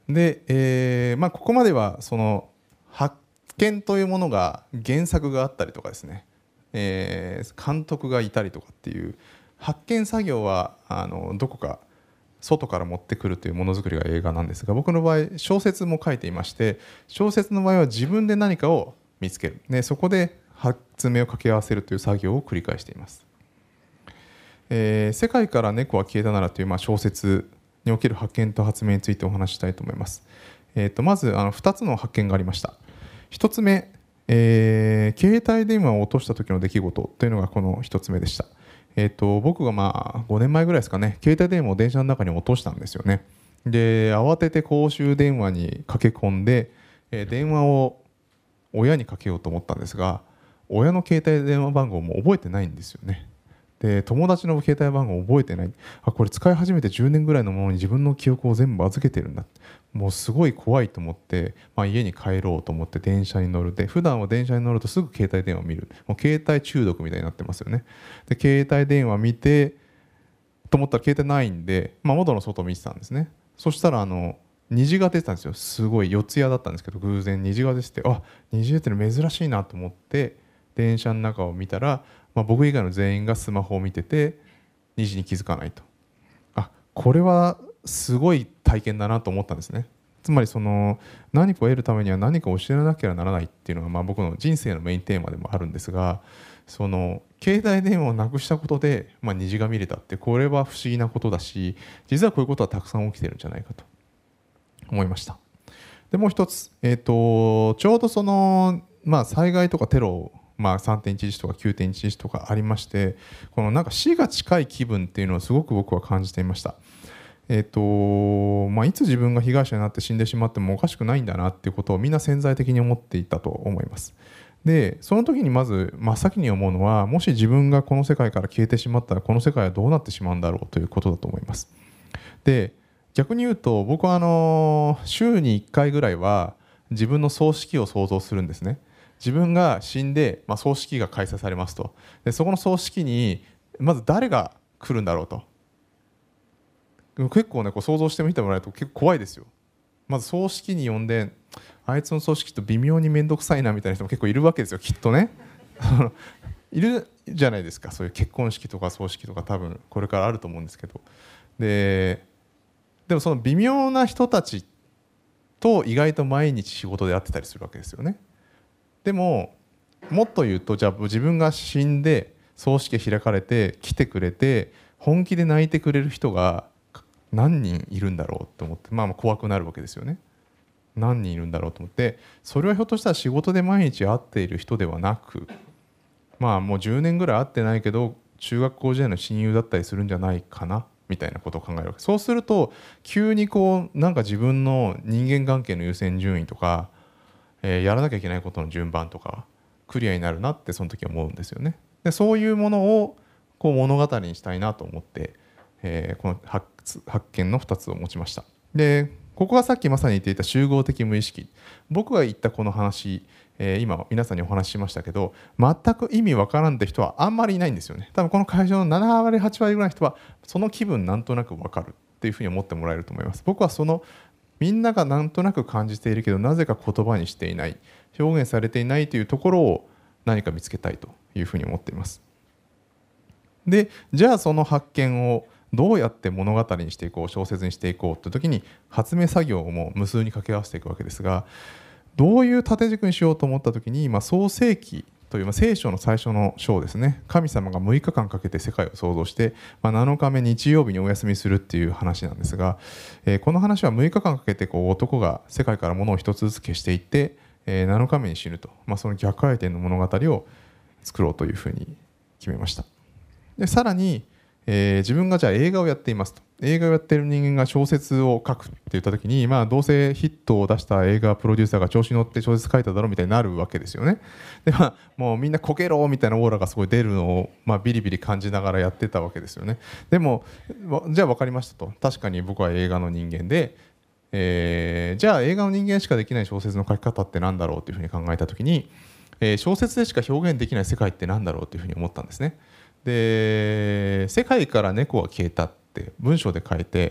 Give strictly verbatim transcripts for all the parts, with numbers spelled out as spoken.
で、えーまあ、ここまではその発見というものが原作があったりとかですね、えー監督がいたりとかっていう発見作業はあのどこか外から持ってくるというものづくりが映画なんですが、僕の場合小説も書いていまして、小説の場合は自分で何かを見つける、でそこで発明を掛け合わせるという作業を繰り返しています。えー世界から猫は消えたならという、まあ、小説における発見と発明についてお話ししたいと思います。えー、とまずあのふたつの発見がありました。ひとつめ、えー携帯電話を落とした時の出来事というのがこのひとつめでした。えー、と僕がまあごねんまえぐらいですかね、携帯電話を電車の中に落としたんですよね。で慌てて公衆電話に駆け込んで、えー電話を親にかけようと思ったんですが、親の携帯電話番号も覚えてないんですよね。で友達の携帯番号を覚えてない。あ、これ使い始めてじゅうねんぐらいのものに自分の記憶を全部預けてるんだ。もうすごい怖いと思って、まあ、家に帰ろうと思って電車に乗る。で普段は電車に乗るとすぐ携帯電話を見る。もう携帯中毒みたいになってますよね。で携帯電話見てと思ったら携帯ないんで、まあ、窓の外を見てたんですね。そしたらあの虹が出てたんですよ。すごい四ツ谷だったんですけど、偶然虹が出てて、あ、虹出てる珍しいなと思って電車の中を見たら、まあ、僕以外の全員がスマホを見てて虹に気づかないと。あ、これはすごい体験だなと思ったんですね。つまりその何かを得るためには何かを教えなければならないっていうのが、まあ僕の人生のメインテーマでもあるんですが、その携帯電話をなくしたことで、まあ、虹が見れたって、これは不思議なことだし、実はこういうことはたくさん起きてるんじゃないかと思いました。でもう一つ、えー、とちょうどその、まあ、災害とかテロ、まあ、さんてんいちいちとか きゅうてんいちいちとかありまして、このなんか死が近い気分っていうのをすごく僕は感じていました。えーとまあ、いつ自分が被害者になって死んでしまってもおかしくないんだなっていうことをみんな潜在的に思っていたと思います。でその時にまず真っ先に思うのは、もし自分がこの世界から消えてしまったらこの世界はどうなってしまうんだろうということだと思います。で逆に言うと、僕はあの週にいっかいぐらいは自分の葬式を想像するんですね。自分が死んで、まあ、葬式が開催されますと。でそこの葬式にまず誰が来るんだろうと。結構ねこう想像してみてもらえると結構怖いですよ。まず葬式に呼んで、あいつの葬式と微妙に面倒くさいなみたいな人も結構いるわけですよ、きっとね。いるじゃないですか、そういう結婚式とか葬式とか多分これからあると思うんですけど。ででもその微妙な人たちと意外と毎日仕事で会ってたりするわけですよね。でももっと言うと、じゃあ自分が死んで葬式開かれて来てくれて本気で泣いてくれる人が何人いるんだろうと思って、まあ、まあ怖くなるわけですよね。何人いるんだろうと思って、それはひょっとしたら仕事で毎日会っている人ではなく、まあもうじゅうねんぐらい会ってないけど中学校時代の親友だったりするんじゃないかなみたいなことを考えるわけ。そうすると急にこうなんか自分の人間関係の優先順位とか、えーやらなきゃいけないことの順番とかクリアになるなってその時は思うんですよね。でそういうものをこう物語にしたいなと思って、えーこの発発見のふたつを持ちました。でここがさっきまさに言っていた集合的無意識。僕が言ったこの話、えー今皆さんにお話ししましたけど、全く意味わからんって人はあんまりいないんですよね。多分この会場のななわりはちわりぐらいの人はその気分なんとなくわかるっていうふうに思ってもらえると思います。僕はそのみんながなんとなく感じているけどなぜか言葉にしていない、表現されていないというところを何か見つけたいというふうに思っています。でじゃあその発見をどうやって物語にしていこう、小説にしていこうという時に発明作業をもう無数に掛け合わせていくわけですが、どういう縦軸にしようと思った時に、まあ、創世記という、まあ、聖書の最初の章ですね。神様がむいかかんかけて世界を創造して、まあ、なのかめ日曜日にお休みするっていう話なんですが、えーこの話はむいかかんかけてこう男が世界から物を一つずつ消していって、えーなのかめに死ぬと、まあ、その逆回転の物語を作ろうというふうに決めました。でさらに、えー自分がじゃあ映画をやっていますと、映画をやっている人間が小説を書くって言った時に、まあ、どうせヒットを出した映画プロデューサーが調子に乗って小説書いただろうみたいになるわけですよね。で、まあ、もうみんなこけろみたいなオーラがすごい出るのを、まあ、ビリビリ感じながらやってたわけですよね。でもわじゃあ分かりましたと、確かに僕は映画の人間で、えーじゃあ映画の人間しかできない小説の書き方って何だろうというふうに考えた時に、えー小説でしか表現できない世界って何だろうというふうに思ったんですね。で世界から猫が消えたって文章で書いて、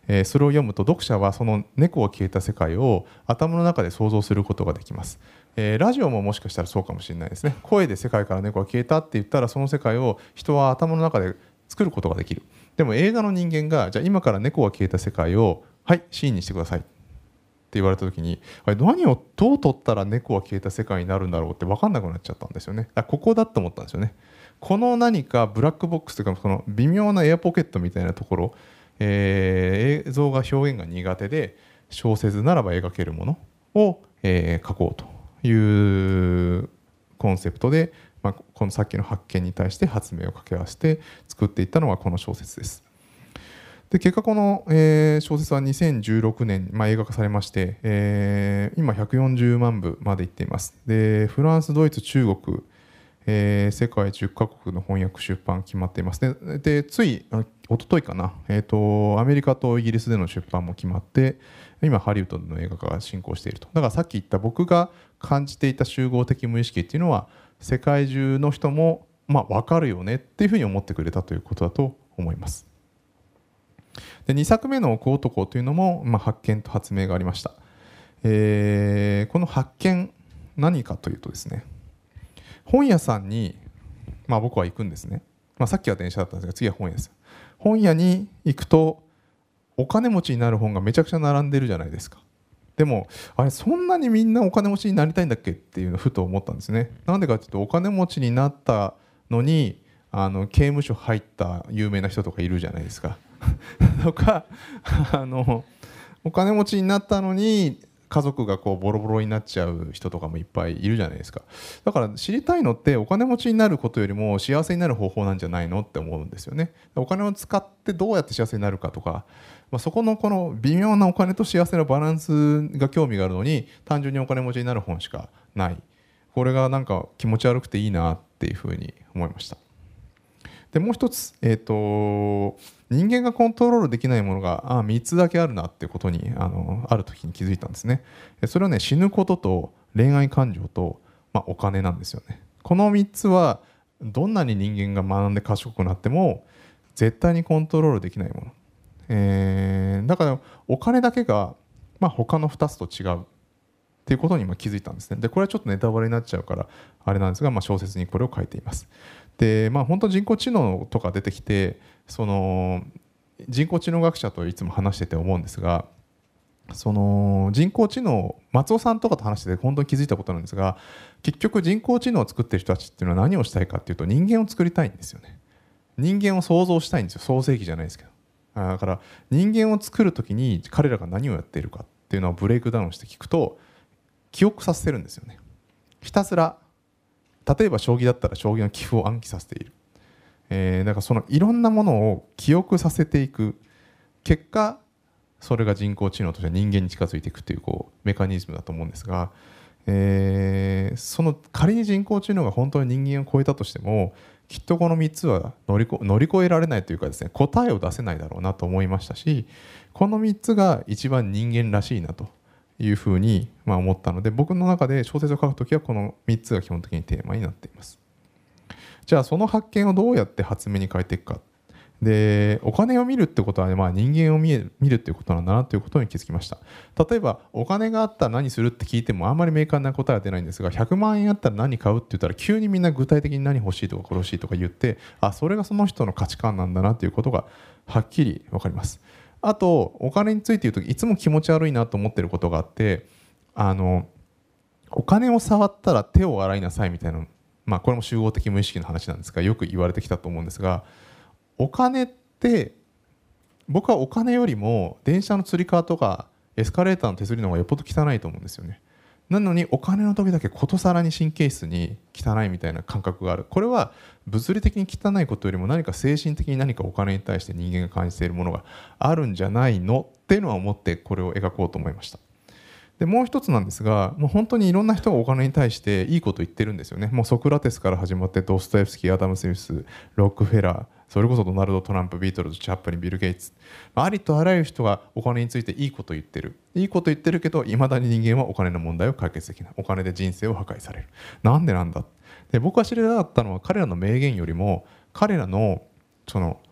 えー、それを読むと読者はその猫が消えた世界を頭の中で想像することができます。えー、ラジオももしかしたらそうかもしれないですね。声で世界から猫が消えたって言ったらその世界を人は頭の中で作ることができる。でも映画の人間がじゃあ今から猫が消えた世界をはいシーンにしてくださいって言われた時にあれ何をどう撮ったら猫が消えた世界になるんだろうって分かんなくなっちゃったんですよね。あここだと思ったんですよね。この何かブラックボックスというかこの微妙なエアポケットみたいなところ、えー、映像が表現が苦手で小説ならば描けるものを、えー、書こうというコンセプトで、まあ、このさっきの発見に対して発明を掛け合わせて作っていったのがこの小説です。で結果この、えー、小説はにせんじゅうろくねんに、まあ、映画化されまして、えー、今ひゃくよんじゅうまんぶまでいっています。でフランス、ドイツ、中国、えー、世界じゅっかこくの翻訳出版決まっています。で、でつい一昨日かな、えーと、アメリカとイギリスでの出版も決まって今ハリウッドでの映画化が進行していると。だからさっき言った僕が感じていた集合的無意識っていうのは世界中の人も、まあ、分かるよねっていうふうに思ってくれたということだと思います。でにさくめの小男というのも、まあ、発見と発明がありました。えー、この発見何かというとですね、本屋さんに、まあ、僕は行くんですね。まあ、さっきは電車だったんですが次は本屋です。本屋に行くとお金持ちになる本がめちゃくちゃ並んでるじゃないですか。でもあれそんなにみんなお金持ちになりたいんだっけっていうのをふと思ったんですね。なんでかっていうとお金持ちになったのにあの刑務所入った有名な人とかいるじゃないですかとかあのお金持ちになったのに家族がこうボロボロになっちゃう人とかもいっぱいいるじゃないですか。だから知りたいのってお金持ちになることよりも幸せになる方法なんじゃないのって思うんですよね。お金を使ってどうやって幸せになるかとか、まあ、そこのこの微妙なお金と幸せのバランスが興味があるのに単純にお金持ちになる本しかない。これがなんか気持ち悪くていいなっていうふうに思いました。でもう一つ、えーと、人間がコントロールできないものがあみっつだけあるなっていうことにあのある時に気づいたんですね。それはね死ぬことと恋愛感情と、まあ、お金なんですよね。このみっつはどんなに人間が学んで賢くなっても絶対にコントロールできないもの、えー、だからお金だけが、まあ、他のふたつと違うっていうことに今気づいたんですね。でこれはちょっとネタバレになっちゃうからあれなんですが、まあ、小説にこれを書いています。でまあ本当人工知能とか出てきてその人工知能学者といつも話してて思うんですが、その人工知能松尾さんとかと話してて本当に気づいたことなんですが、結局人工知能を作ってる人たちっていうのは何をしたいかっていうと人間を作りたいんですよね。人間を想像したいんですよ。創世記じゃないですけど。だから人間を作る時に彼らが何をやっているかっていうのをブレイクダウンして聞くと記憶させてるんですよね。ひたすら例えば将棋だったら将棋の棋譜を暗記させている、えー、だからそのいろんなものを記憶させていく結果それが人工知能として人間に近づいていくというこうメカニズムだと思うんですが、えー、その仮に人工知能が本当に人間を超えたとしてもきっとこのみっつは乗りこ乗り越えられないというかですね、答えを出せないだろうなと思いましたし、このみっつが一番人間らしいなというふうにまあ思ったので、僕の中で小説を書くときはこのみっつが基本的にテーマになっています。じゃあその発見をどうやって発明に変えていくか。でお金を見るってことは、ね、まあ人間を見る見るっていうことなんだなということに気づきました。例えばお金があったら何するって聞いてもあんまり明確な答えは出ないんですが、ひゃくまんえんあったら何買うって言ったら急にみんな具体的に何欲しいとかこれ欲しいとか言って、あそれがその人の価値観なんだなということがはっきり分かります。あとお金について言うといつも気持ち悪いなと思ってることがあって、あのお金を触ったら手を洗いなさいみたいな、まあこれも集合的無意識の話なんですがよく言われてきたと思うんですが、お金って僕はお金よりも電車のつり革とかエスカレーターの手すりの方がよっぽど汚いと思うんですよね。なのにお金の時だけことさらに神経質に汚いみたいな感覚がある。これは物理的に汚いことよりも何か精神的に何かお金に対して人間が感じているものがあるんじゃないのっていうのは思ってこれを描こうと思いました。でもう一つなんですが、もう本当にいろんな人がお金に対していいこと言ってるんですよね。もうソクラテスから始まってドストエフスキー、アダム・スミス、ロックフェラー、それこそドナルド・トランプ、ビートルズ、チャップリン、ビル・ゲイツ、ありとあらゆる人がお金についていいこと言ってるいいこと言ってるけどいまだに人間はお金の問題を解決できない。お金で人生を破壊される。なんでなんだ。で僕が知りたかったのは彼らの名言よりも彼らのその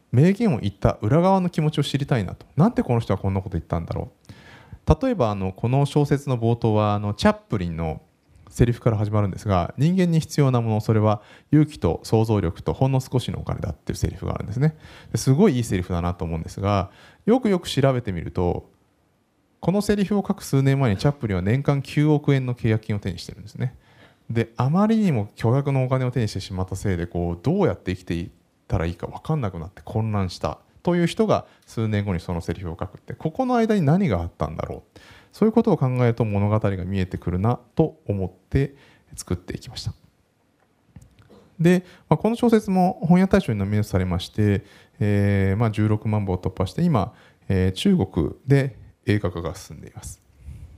名言を言った裏側の気持ちを知りたいなと。なんでこの人はこんなこと言ったんだろう。例えばあのこの小説の冒頭はあのチャップリンのセリフから始まるんですが、人間に必要なもの、それは勇気と想像力とほんの少しのお金だっていうセリフがあるんですね。すごいいいセリフだなと思うんですが、よくよく調べてみると、このセリフを書く数年前にチャップリンは年間きゅうおくえんの契約金を手にしてるんですね。であまりにも巨額のお金を手にしてしまったせいで、こうどうやって生きていったらいいか分かんなくなって混乱したという人が数年後にそのセリフを書くって、ここの間に何があったんだろう、そういうことを考えると物語が見えてくるなと思って作っていきました。で、まあ、この小説も本屋大賞にノミネートされまして、えーまあ、じゅうろくまんぶを突破して今、えー、中国で映画化が進んでいます。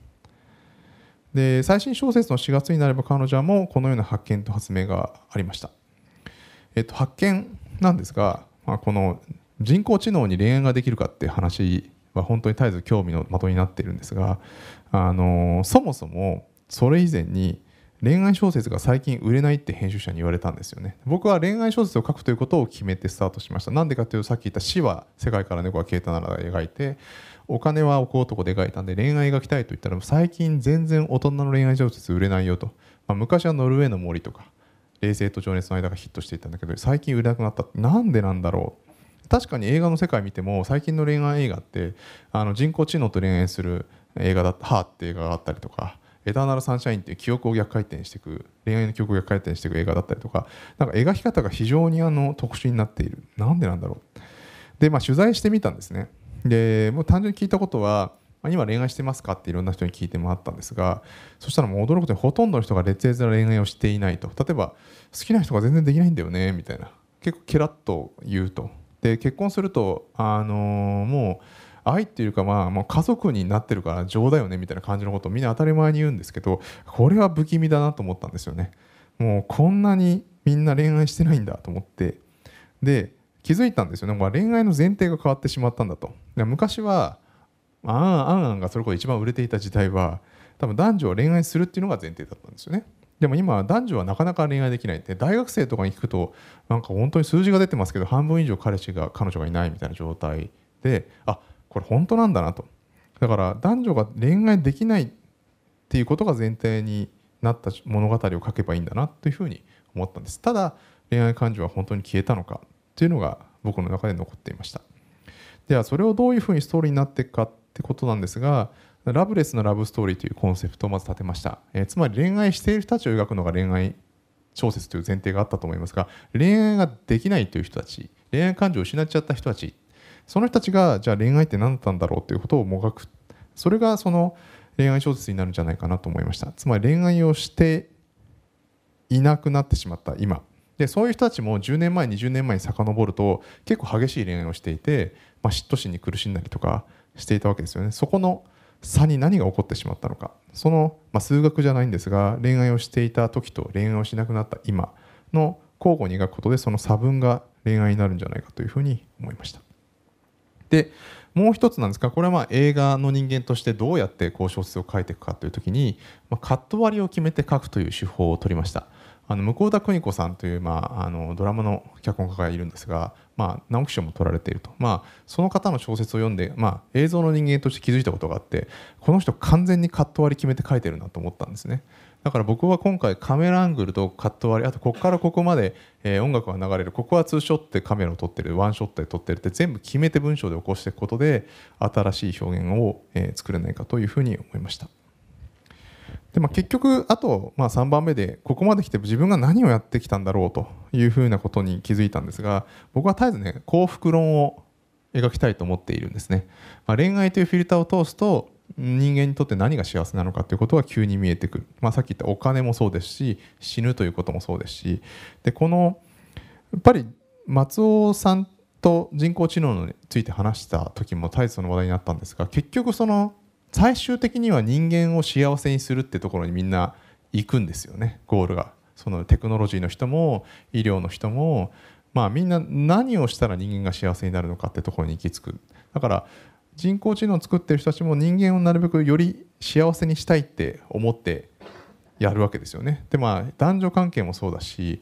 で最新小説のしがつになれば彼女はもうこのような発見と発明がありました。えっと、発見なんですが、まあ、この人工知能に恋愛ができるかっていう話は本当に絶えず興味の的になっているんですが、あのそもそもそれ以前に恋愛小説が最近売れないって編集者に言われたんですよね。僕は恋愛小説を書くということを決めてスタートしました。なんでかというと、さっき言った死は世界から猫が消えたなら描いて、お金は億男で描いたんで恋愛描きたいと言ったら、最近全然大人の恋愛小説売れないよと、まあ、昔はノルウェーの森とか冷静と情熱の間がヒットしていたんだけど最近売れなくなった。なんでなんだろう。確かに映画の世界見ても最近の恋愛映画ってあの人工知能と恋愛する映画だった「ハー」って映画があったりとか、エターナルサンシャインっていう記憶を逆回転していく恋愛の記憶を逆回転していく映画だったりとか、なんか描き方が非常にあの特殊になっている。なんでなんだろう。で、まあ、取材してみたんですね。でもう単純に聞いたことは、まあ、今恋愛してますかっていろんな人に聞いてもらったんですが、そしたらもう驚くとほとんどの人が劣烈な恋愛をしていないと。例えば好きな人が全然できないんだよねみたいな、結構ケラッと言うと。で結婚すると、あのー、もう愛っていうか、まあもう家族になってるから情だよねみたいな感じのことをみんな当たり前に言うんですけど、これは不気味だなと思ったんですよね。もうこんなにみんな恋愛してないんだと思って、で気づいたんですよね。まあ、恋愛の前提が変わってしまったんだと。で昔はあんあんあんがそれこそ一番売れていた時代は多分男女は恋愛するっていうのが前提だったんですよね。でも今は男女はなかなか恋愛できないって、大学生とかに聞くとなんか本当に数字が出てますけど半分以上彼氏が彼女がいないみたいな状態で、あ、これ本当なんだなと。だから男女が恋愛できないっていうことが前提になった物語を書けばいいんだなというふうに思ったんです。ただ恋愛感情は本当に消えたのかっていうのが僕の中で残っていました。ではそれをどういうふうにストーリーになっていくかってことなんですが、ラブレスなラブストーリーというコンセプトをまず立てました。えー、つまり恋愛している人たちを描くのが恋愛小説という前提があったと思いますが、恋愛ができないという人たち、恋愛感情を失っちゃった人たち、その人たちがじゃあ恋愛って何だったんだろうということをもがく、それがその恋愛小説になるんじゃないかなと思いました。つまり恋愛をしていなくなってしまった今で、そういう人たちもじゅうねんまえにじゅうねんまえに遡ると結構激しい恋愛をしていて、まあ、嫉妬心に苦しんだりとかしていたわけですよね。そこの差に何が起こってしまったのか、その、まあ、数学じゃないんですが、恋愛をしていた時と恋愛をしなくなった今の交互に描くことで、その差分が恋愛になるんじゃないかというふうに思いました。でもう一つなんですが、これはまあ映画の人間としてどうやってこう小説を書いていくかという時に、まあ、カット割りを決めて書くという手法を取りました。あの向田邦子さんという、まあ、あのドラマの脚本家がいるんですが、まあ、直木賞も取られていると、まあ、その方の小説を読んで、まあ、映像の人間として気づいたことがあって、この人完全にカット割り決めて書いてるなと思ったんですね。だから僕は今回カメラアングルとカット割り、あとここからここまで、えー、音楽が流れる、ここはツーショットでカメラを撮ってる、ワンショットで撮ってるって全部決めて文章で起こしていくことで新しい表現を、えー、作れないかというふうに思いました。でまあ、結局あと、まあ、さんばんめでここまで来て自分が何をやってきたんだろうというふうなことに気づいたんですが、僕は絶えずね幸福論を描きたいと思っているんですね。まあ、恋愛というフィルターを通すと人間にとって何が幸せなのかということが急に見えてくる、まあ、さっき言ったお金もそうですし、死ぬということもそうですし、でこのやっぱり松尾さんと人工知能について話した時も絶えずその話題になったんですが、結局その最終的には人間を幸せにするってところにみんな行くんですよね、ゴールが。そのテクノロジーの人も医療の人も、まあ、みんな何をしたら人間が幸せになるのかってところに行き着く。だから人工知能を作ってる人たちも人間をなるべくより幸せにしたいって思ってやるわけですよね。でまあ男女関係もそうだし、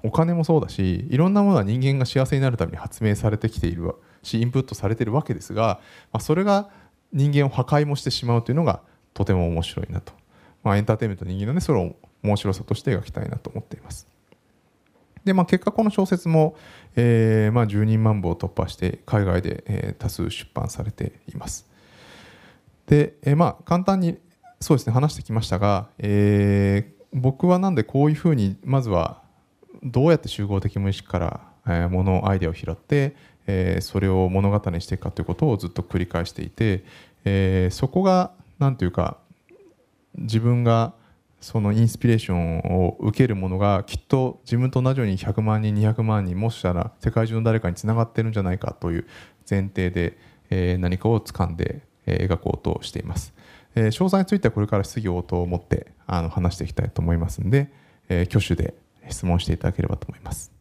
お金もそうだし、いろんなものは人間が幸せになるために発明されてきているし、インプットされているわけですが、まあ、それが人間を破壊もしてしまうというのがとても面白いなと、まあ、エンターテインメント人間のねそれを面白さとして描きたいなと思っています。で、まあ、結果この小説も、えーまあ、じゅうにまんぶを突破して海外で、えー、多数出版されています。で、えーまあ、簡単にそうですね話してきましたが、えー、僕はなんでこういうふうにまずはどうやって集合的無意識から、えー、ものアイデアを拾って、えー、それを物語にしていくかということをずっと繰り返していて、えー、そこがなんていうか自分がそのインスピレーションを受けるものがきっと自分と同じようにひゃくまんにんにひゃくまんにんもしたら世界中の誰かにつながってるんじゃないかという前提で、えー、何かを掴んで、えー、描こうとしています。えー、詳細についてはこれから質疑応答を持ってあの話していきたいと思いますので、えー、挙手で質問していただければと思います。